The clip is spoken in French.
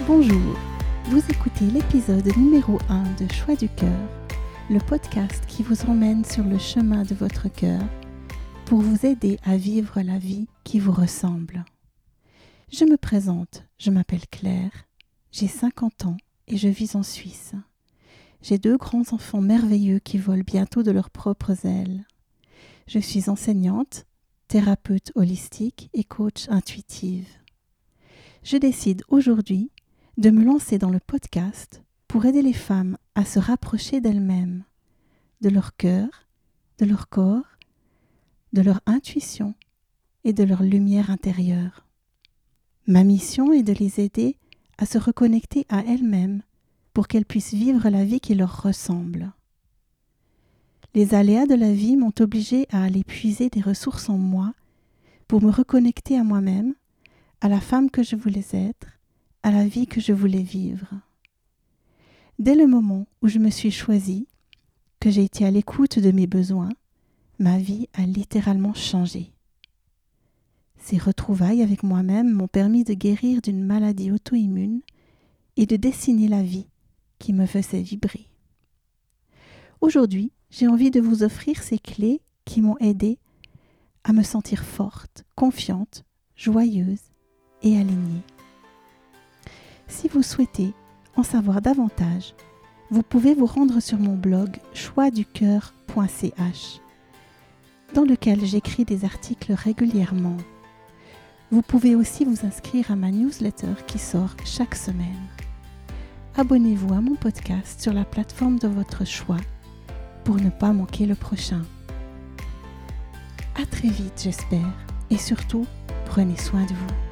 Bonjour, vous écoutez l'épisode numéro 1 de Choix du cœur, le podcast qui vous emmène sur le chemin de votre cœur pour vous aider à vivre la vie qui vous ressemble. Je me présente, je m'appelle Claire, j'ai 50 ans et je vis en Suisse. J'ai 2 grands enfants merveilleux qui volent bientôt de leurs propres ailes. Je suis enseignante, thérapeute holistique et coach intuitive. Je décide aujourd'hui de me lancer dans le podcast pour aider les femmes à se rapprocher d'elles-mêmes, de leur cœur, de leur corps, de leur intuition et de leur lumière intérieure. Ma mission est de les aider à se reconnecter à elles-mêmes pour qu'elles puissent vivre la vie qui leur ressemble. Les aléas de la vie m'ont obligée à aller puiser des ressources en moi pour me reconnecter à moi-même, à la femme que je voulais être, à la vie que je voulais vivre. Dès le moment où je me suis choisie, que j'ai été à l'écoute de mes besoins, ma vie a littéralement changé. Ces retrouvailles avec moi-même m'ont permis de guérir d'une maladie auto-immune et de dessiner la vie qui me faisait vibrer. Aujourd'hui, j'ai envie de vous offrir ces clés qui m'ont aidée à me sentir forte, confiante, joyeuse et alignée. Si vous souhaitez en savoir davantage, vous pouvez vous rendre sur mon blog choixducoeur.ch dans lequel j'écris des articles régulièrement. Vous pouvez aussi vous inscrire à ma newsletter qui sort chaque semaine. Abonnez-vous à mon podcast sur la plateforme de votre choix pour ne pas manquer le prochain. À très vite, j'espère, et surtout, prenez soin de vous.